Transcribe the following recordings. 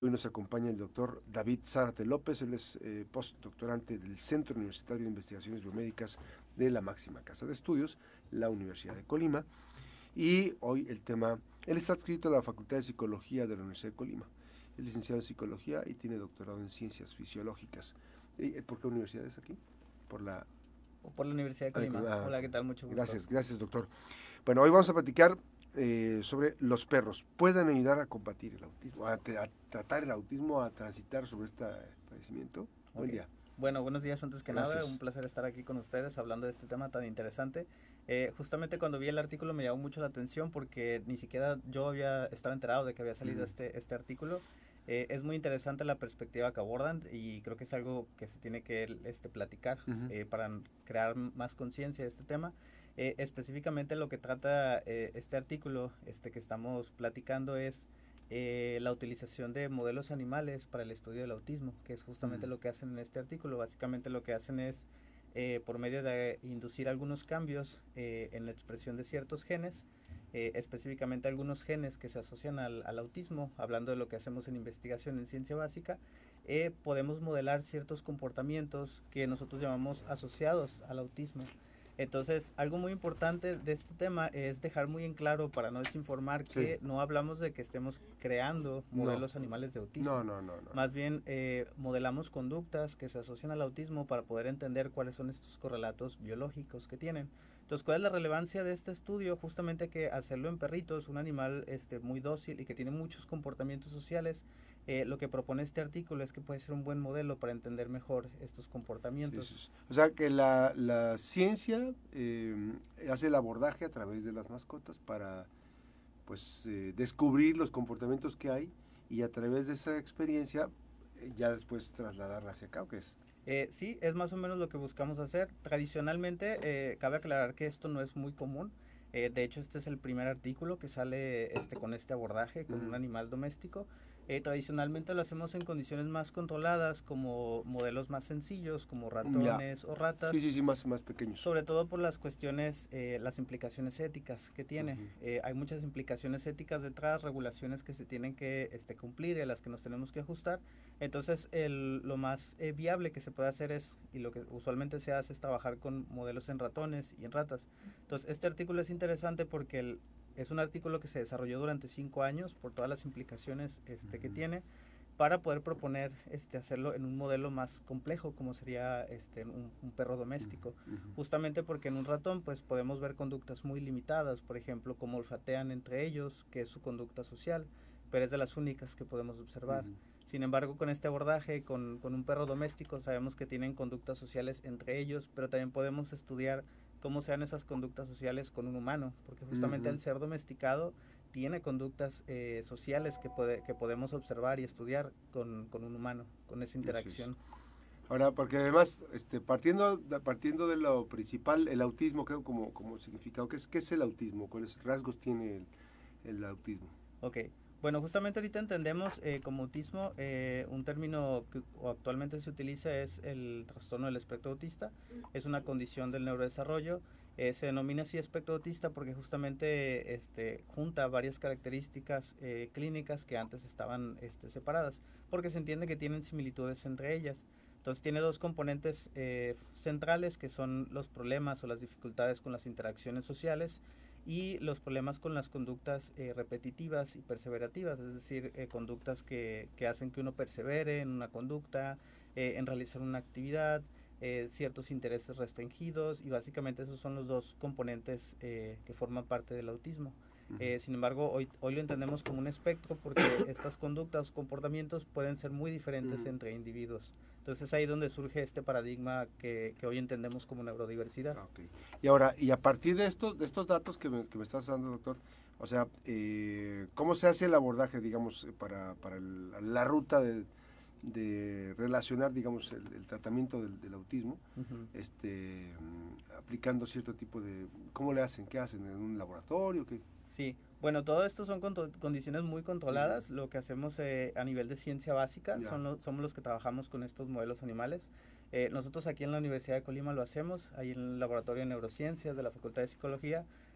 Hoy nos acompaña el doctor David Zárate López, él es postdoctorante del Centro Universitario de Investigaciones Biomédicas de la máxima casa de estudios, la Universidad de Colima. Y hoy el tema, él está adscrito a la Facultad de Psicología de la Universidad de Colima. Es licenciado en Psicología y tiene doctorado en Ciencias Fisiológicas. ¿Por qué universidad es aquí? Por la... Por la Universidad de Colima. Hola, ¿qué tal? Mucho gusto. Gracias, doctor. Bueno, hoy vamos a platicar sobre los perros. ¿Pueden ayudar a combatir el autismo, a tratar el autismo, a transitar sobre este padecimiento? Okay. Buen día. Bueno, buenos días antes que Gracias. nada. Un placer estar aquí con ustedes hablando de este tema tan interesante. Justamente cuando vi el artículo me llamó mucho la atención porque ni siquiera yo estaba enterado de que había salido este artículo. Es muy interesante la perspectiva que abordan y creo que es algo que se tiene que platicar para crear más conciencia de este tema. Específicamente lo que trata este artículo que estamos platicando es la utilización de modelos animales para el estudio del autismo, que es justamente lo que hacen en este artículo. Básicamente lo que hacen es, por medio de inducir algunos cambios en la expresión de ciertos genes, específicamente algunos genes que se asocian al autismo, hablando de lo que hacemos en investigación en ciencia básica, podemos modelar ciertos comportamientos que nosotros llamamos asociados al autismo. Entonces, algo muy importante de este tema es dejar muy en claro, para no desinformar, que no hablamos de que estemos creando modelos animales de autismo. No. Más bien, modelamos conductas que se asocian al autismo para poder entender cuáles son estos correlatos biológicos que tienen. Entonces, ¿cuál es la relevancia de este estudio? Justamente que hacerlo en perritos, un animal muy dócil y que tiene muchos comportamientos sociales. Lo que propone este artículo es que puede ser un buen modelo para entender mejor estos comportamientos. Sí. O sea, que la ciencia hace el abordaje a través de las mascotas para pues descubrir los comportamientos que hay y a través de esa experiencia ya después trasladarla hacia acá, ¿o qué es? Sí, es más o menos lo que buscamos hacer. Tradicionalmente, cabe aclarar que esto no es muy común. De hecho, este es el primer artículo que sale con este abordaje, con un animal doméstico. Tradicionalmente lo hacemos en condiciones más controladas, como modelos más sencillos, como ratones o ratas. Sí, más pequeños. Sobre todo por las cuestiones, las implicaciones éticas que tiene. Hay muchas implicaciones éticas detrás, regulaciones que se tienen que cumplir y a las que nos tenemos que ajustar. Entonces, lo más viable que se puede hacer es, y lo que usualmente se hace, es trabajar con modelos en ratones y en ratas. Entonces, este artículo es interesante porque es un artículo que se desarrolló durante 5 años por todas las implicaciones que tiene, para poder proponer hacerlo en un modelo más complejo, como sería un perro doméstico. Justamente porque en un ratón pues podemos ver conductas muy limitadas, por ejemplo, cómo olfatean entre ellos, que es su conducta social, pero es de las únicas que podemos observar. Sin embargo, con este abordaje, con un perro doméstico, sabemos que tienen conductas sociales entre ellos, pero también podemos estudiar cómo sean esas conductas sociales con un humano, porque justamente el ser domesticado tiene conductas sociales que podemos observar y estudiar con un humano, con esa interacción. Ahora, porque además, partiendo de lo principal, el autismo, creo como significado, ¿qué es el autismo? ¿Cuáles rasgos tiene el autismo? Ok, bueno, justamente ahorita entendemos como autismo, un término que actualmente se utiliza es el trastorno del espectro autista. Es una condición del neurodesarrollo. Se denomina así espectro autista porque justamente junta varias características clínicas que antes estaban separadas, porque se entiende que tienen similitudes entre ellas. Entonces tiene dos componentes centrales, que son los problemas o las dificultades con las interacciones sociales y los problemas con las conductas repetitivas y perseverativas, es decir, conductas que hacen que uno persevere en una conducta, en realizar una actividad, ciertos intereses restringidos, y básicamente esos son los dos componentes que forman parte del autismo. Sin embargo, hoy lo entendemos como un espectro porque estas conductas o comportamientos pueden ser muy diferentes entre individuos. Entonces es ahí donde surge este paradigma que hoy entendemos como neurodiversidad. Okay. Y ahora, y a partir de estos datos que me estás dando, doctor, o sea, ¿cómo se hace el abordaje, digamos, para la ruta de relacionar, digamos, el tratamiento del autismo, aplicando cierto tipo de... ¿Cómo le hacen? ¿Qué hacen? ¿En un laboratorio? ¿Qué? Sí, bueno, todo esto son condiciones muy controladas. Lo que hacemos a nivel de ciencia básica somos los que trabajamos con estos modelos animales. Nosotros aquí en la Universidad de Colima lo hacemos, ahí en el Laboratorio de Neurociencias de la Facultad de Psicología.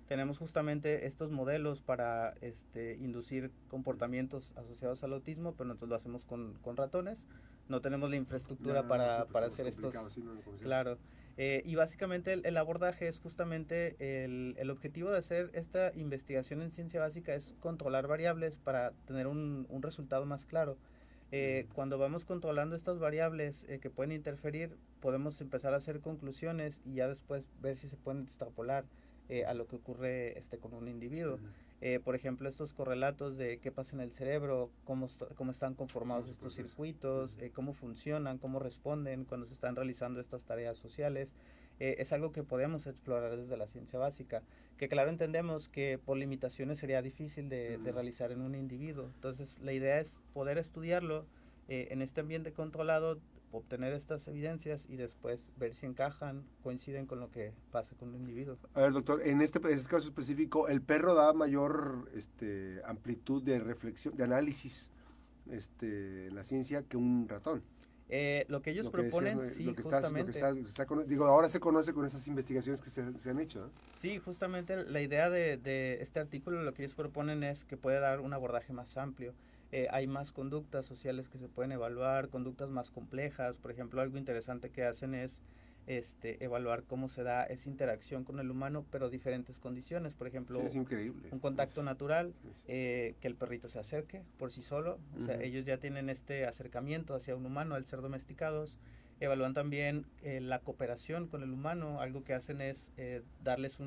tenemos justamente estos modelos para inducir comportamientos asociados al autismo, pero nosotros lo hacemos con ratones. No tenemos la infraestructura para hacer estos. Sí, no, claro. Y básicamente el abordaje es justamente el objetivo de hacer esta investigación en ciencia básica es controlar variables para tener un resultado más claro. Cuando vamos controlando estas variables que pueden interferir, podemos empezar a hacer conclusiones y ya después ver si se pueden extrapolar a lo que ocurre con un individuo. Por ejemplo, estos correlatos de qué pasa en el cerebro, cómo están conformados estos circuitos, cómo funcionan, cómo responden cuando se están realizando estas tareas sociales. Es algo que podemos explorar desde la ciencia básica, que claro entendemos que por limitaciones sería difícil de realizar en un individuo. Entonces la idea es poder estudiarlo en este ambiente controlado, obtener estas evidencias y después ver si encajan, coinciden con lo que pasa con el individuo. A ver, doctor, en este caso específico, el perro da mayor amplitud de reflexión, de análisis en la ciencia que un ratón. Lo que ellos proponen, sí, justamente. Ahora se conoce con esas investigaciones que se han hecho, ¿no? Sí, justamente la idea de este artículo, lo que ellos proponen es que puede dar un abordaje más amplio. Hay más conductas sociales que se pueden evaluar, conductas más complejas. Por ejemplo, algo interesante que hacen es evaluar cómo se da esa interacción con el humano, pero diferentes condiciones. Por ejemplo, sí, es increíble. Un contacto natural, que el perrito se acerque por sí solo. O sea, ellos ya tienen este acercamiento hacia un humano al ser domesticados. Evalúan también la cooperación con el humano. Algo que hacen es darles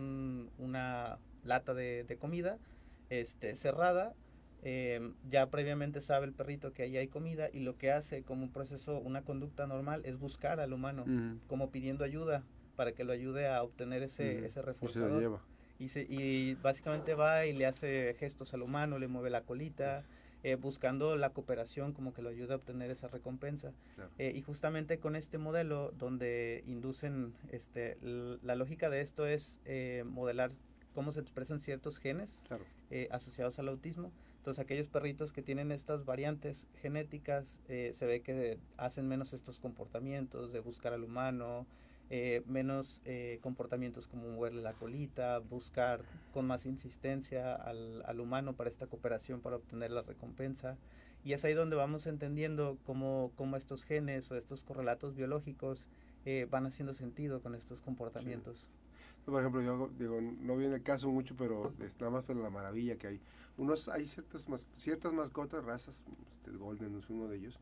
una lata de comida cerrada. Ya previamente sabe el perrito que ahí hay comida y lo que hace como un proceso, una conducta normal es buscar al humano, como pidiendo ayuda para que lo ayude a obtener ese reforzador. Y se lo lleva. Y básicamente va y le hace gestos al humano, le mueve la colita, buscando la cooperación, como que lo ayuda a obtener esa recompensa. Claro. Y justamente con este modelo donde inducen, la lógica de esto es modelar cómo se expresan ciertos genes claro. Asociados al autismo. Entonces aquellos perritos que tienen estas variantes genéticas se ve que hacen menos estos comportamientos de buscar al humano, menos comportamientos como moverle la colita, buscar con más insistencia al humano para esta cooperación para obtener la recompensa. Y es ahí donde vamos entendiendo cómo estos genes o estos correlatos biológicos van haciendo sentido con estos comportamientos. Sí. Por ejemplo, yo digo, no viene el caso mucho, pero nada más por la maravilla que hay. Hay ciertas mascotas, razas, el Golden es uno de ellos.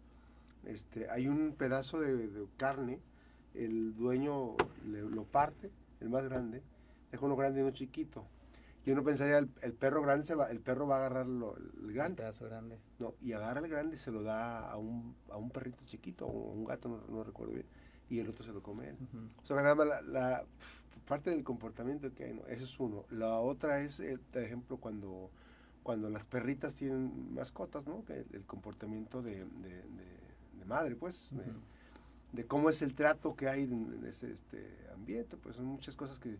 Hay un pedazo de carne, el dueño lo parte, el más grande, deja uno grande y uno chiquito. Y uno pensaría, el perro grande el perro va a agarrar el grande. El pedazo grande. No, y agarra el grande y se lo da a un perrito chiquito, o un gato, no recuerdo bien, y el otro se lo come él. O sea, nada más la parte del comportamiento que hay, ¿no? Ese es uno. La otra es, por ejemplo, cuando las perritas tienen mascotas, ¿no? Que el comportamiento de madre, pues, de cómo es el trato que hay en ese ambiente, pues son muchas cosas que...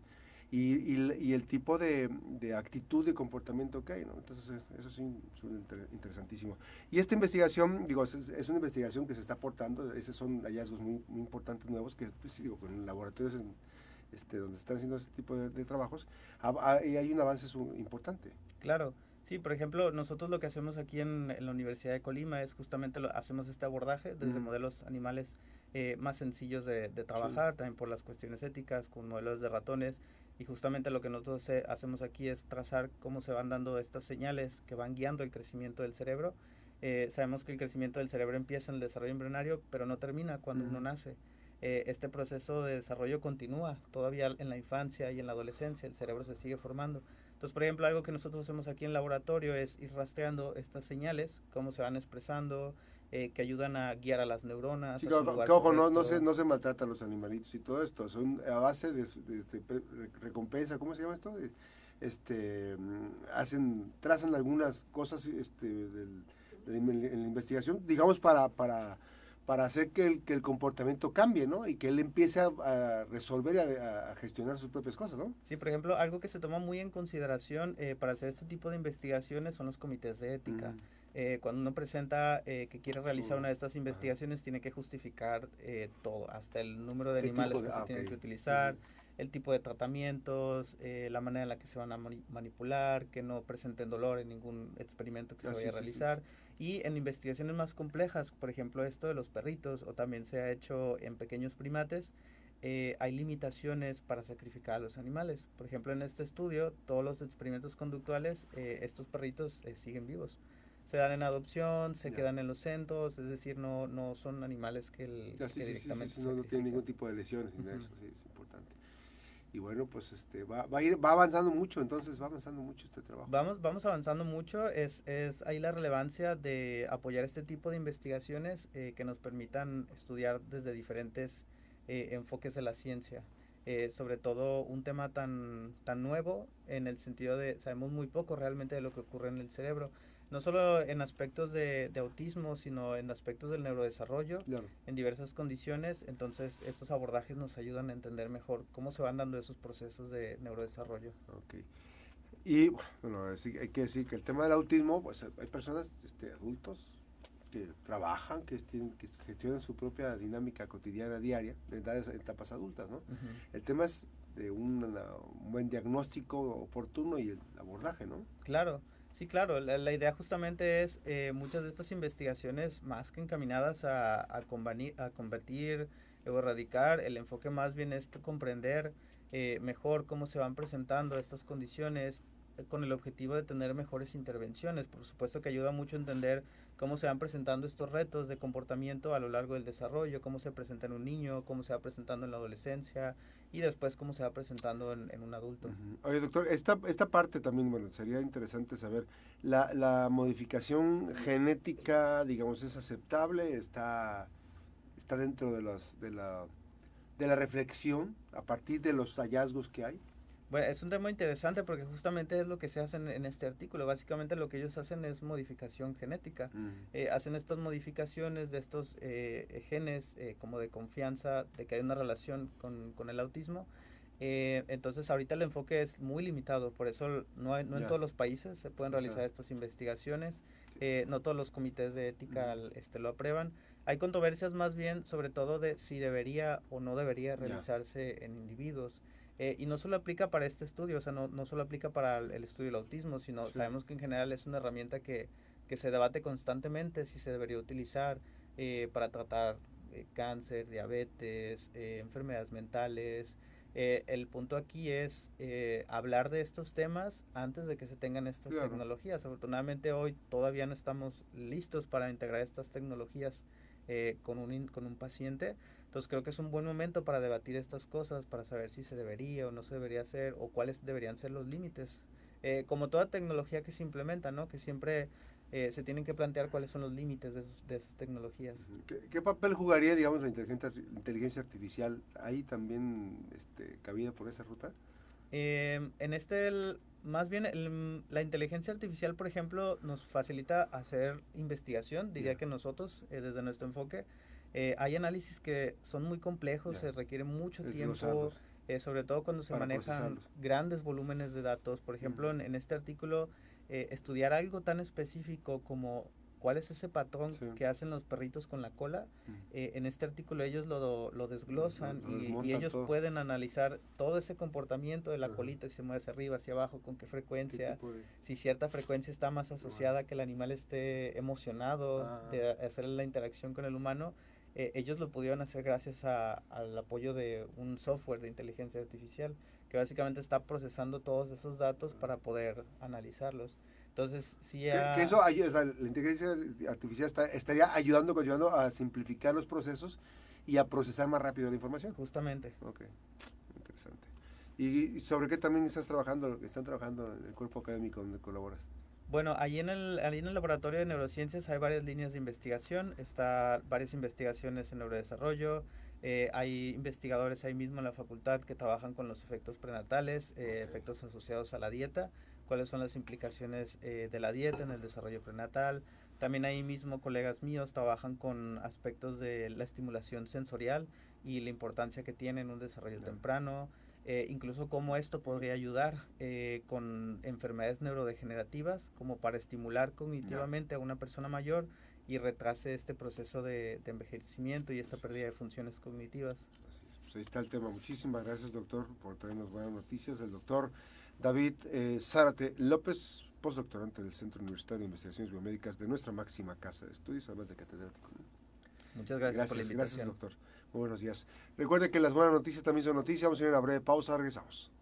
Y el tipo de actitud, de comportamiento que hay, ¿no? Entonces, eso sí es interesantísimo. Y esta investigación, digo, es una investigación que se está aportando, esos son hallazgos muy, muy importantes, nuevos, que, pues, digo, con laboratorios donde se están haciendo este tipo de trabajos, y hay un avance importante. Claro. Sí, por ejemplo, nosotros lo que hacemos aquí en la Universidad de Colima es justamente hacemos este abordaje desde modelos animales más sencillos de trabajar, también por las cuestiones éticas, con modelos de ratones, y justamente lo que nosotros hacemos aquí es trazar cómo se van dando estas señales que van guiando el crecimiento del cerebro. Sabemos que el crecimiento del cerebro empieza en el desarrollo embrionario, pero no termina cuando uno nace. Este proceso de desarrollo continúa todavía en la infancia y en la adolescencia, el cerebro se sigue formando. Entonces, por ejemplo, algo que nosotros hacemos aquí en el laboratorio es ir rastreando estas señales, cómo se van expresando, que ayudan a guiar a las neuronas. Sí, ojo, no se maltrata a los animalitos y todo esto, son a base de recompensa, ¿cómo se llama esto? Trazan algunas cosas en la investigación, digamos, para hacer que el comportamiento cambie, ¿no? Y que él empiece a resolver y a gestionar sus propias cosas, ¿no? Sí, por ejemplo, algo que se toma muy en consideración para hacer este tipo de investigaciones son los comités de ética. Cuando uno presenta que quiere realizar una de estas investigaciones, tiene que justificar todo, hasta el número de animales que se tienen que utilizar, el tipo de tratamientos, la manera en la que se van a manipular, que no presenten dolor en ningún experimento que se vaya a realizar. Y en investigaciones más complejas, por ejemplo esto de los perritos, o también se ha hecho en pequeños primates, hay limitaciones para sacrificar a los animales. Por ejemplo, en este estudio, todos los experimentos conductuales, estos perritos siguen vivos. Se dan en adopción, se quedan en los centros, es decir, no son animales que directamente no tienen ningún tipo de lesiones ni nada de eso, sí, es importante. Y bueno, pues va avanzando mucho, entonces va avanzando mucho este trabajo. Vamos avanzando mucho, es ahí la relevancia de apoyar este tipo de investigaciones que nos permitan estudiar desde diferentes enfoques de la ciencia. Sobre todo un tema tan nuevo en el sentido de sabemos muy poco realmente de lo que ocurre en el cerebro, no solo en aspectos de autismo, sino en aspectos del neurodesarrollo, claro, en diversas condiciones. Entonces estos abordajes nos ayudan a entender mejor cómo se van dando esos procesos de neurodesarrollo. Okay. Y bueno, hay que decir que el tema del autismo, pues hay personas, adultos, que trabajan, que gestionan su propia dinámica cotidiana diaria en etapas adultas, ¿no? El tema es de un buen diagnóstico oportuno y el abordaje, ¿no? Claro, sí, claro. La idea justamente es muchas de estas investigaciones más que encaminadas a combatir o erradicar, el enfoque más bien es comprender mejor cómo se van presentando estas condiciones con el objetivo de tener mejores intervenciones. Por supuesto que ayuda mucho a entender cómo se van presentando estos retos de comportamiento a lo largo del desarrollo, cómo se presenta en un niño, cómo se va presentando en la adolescencia y después cómo se va presentando en un adulto. Oye, doctor, esta parte también, bueno, sería interesante saber, ¿la modificación genética, digamos, es aceptable? ¿Está dentro de la reflexión a partir de los hallazgos que hay? Bueno, es un tema interesante porque justamente es lo que se hace en este artículo. Básicamente lo que ellos hacen es modificación genética. Hacen estas modificaciones de estos genes como de confianza, de que hay una relación con el autismo. Entonces ahorita el enfoque es muy limitado, por eso no en todos los países se pueden realizar estas investigaciones. No todos los comités de ética lo aprueban. Hay controversias más bien sobre todo de si debería o no debería realizarse en individuos. Y no solo aplica para este estudio, o sea, no solo aplica para el estudio del autismo, sino sabemos que en general es una herramienta que se debate constantemente si se debería utilizar para tratar cáncer, diabetes, enfermedades mentales. El punto aquí es hablar de estos temas antes de que se tengan estas tecnologías. Afortunadamente hoy todavía no estamos listos para integrar estas tecnologías con un paciente. Entonces creo que es un buen momento para debatir estas cosas, para saber si se debería o no se debería hacer o cuáles deberían ser los límites. Como toda tecnología que se implementa, ¿no? Que siempre se tienen que plantear cuáles son los límites de esas tecnologías. ¿Qué papel jugaría, digamos, la inteligencia artificial? ¿Hay también cabida por esa ruta? Más bien la inteligencia artificial, por ejemplo, nos facilita hacer investigación, diría que nosotros, desde nuestro enfoque, hay análisis que son muy complejos, se requiere mucho tiempo, sobre todo cuando se manejan grandes volúmenes de datos. Por ejemplo, en este artículo, estudiar algo tan específico como cuál es ese patrón que hacen los perritos con la cola, en este artículo ellos lo desglosan y ellos pueden analizar todo ese comportamiento de la colita, si se mueve hacia arriba, hacia abajo, con qué frecuencia, si cierta frecuencia está más asociada a que el animal esté emocionado de hacer la interacción con el humano. Ellos lo pudieron hacer gracias al apoyo de un software de inteligencia artificial que básicamente está procesando todos esos datos para poder analizarlos. Entonces, sí que eso ayuda, o sea, la inteligencia artificial estaría ayudando a simplificar los procesos y a procesar más rápido la información. Justamente. Ok, interesante. ¿Y sobre qué también están trabajando en el cuerpo académico donde colaboras? Bueno, ahí en el laboratorio de neurociencias hay varias líneas de investigación, varias investigaciones en neurodesarrollo, hay investigadores ahí mismo en la facultad que trabajan con los efectos prenatales, efectos asociados a la dieta, cuáles son las implicaciones de la dieta en el desarrollo prenatal. También ahí mismo colegas míos trabajan con aspectos de la estimulación sensorial y la importancia que tiene en un desarrollo temprano. Incluso cómo esto podría ayudar con enfermedades neurodegenerativas, como para estimular cognitivamente a una persona mayor y retrase este proceso de envejecimiento y esta pérdida de funciones cognitivas. Así es, pues ahí está el tema. Muchísimas gracias, doctor, por traernos buenas noticias. El doctor David Zárate López, postdoctorante del Centro Universitario de Investigaciones Biomédicas de nuestra máxima casa de estudios, además de catedrático. Muchas gracias por la invitación. Gracias, doctor. Muy buenos días. Recuerde que las buenas noticias también son noticias. Vamos a ir a una breve pausa, regresamos.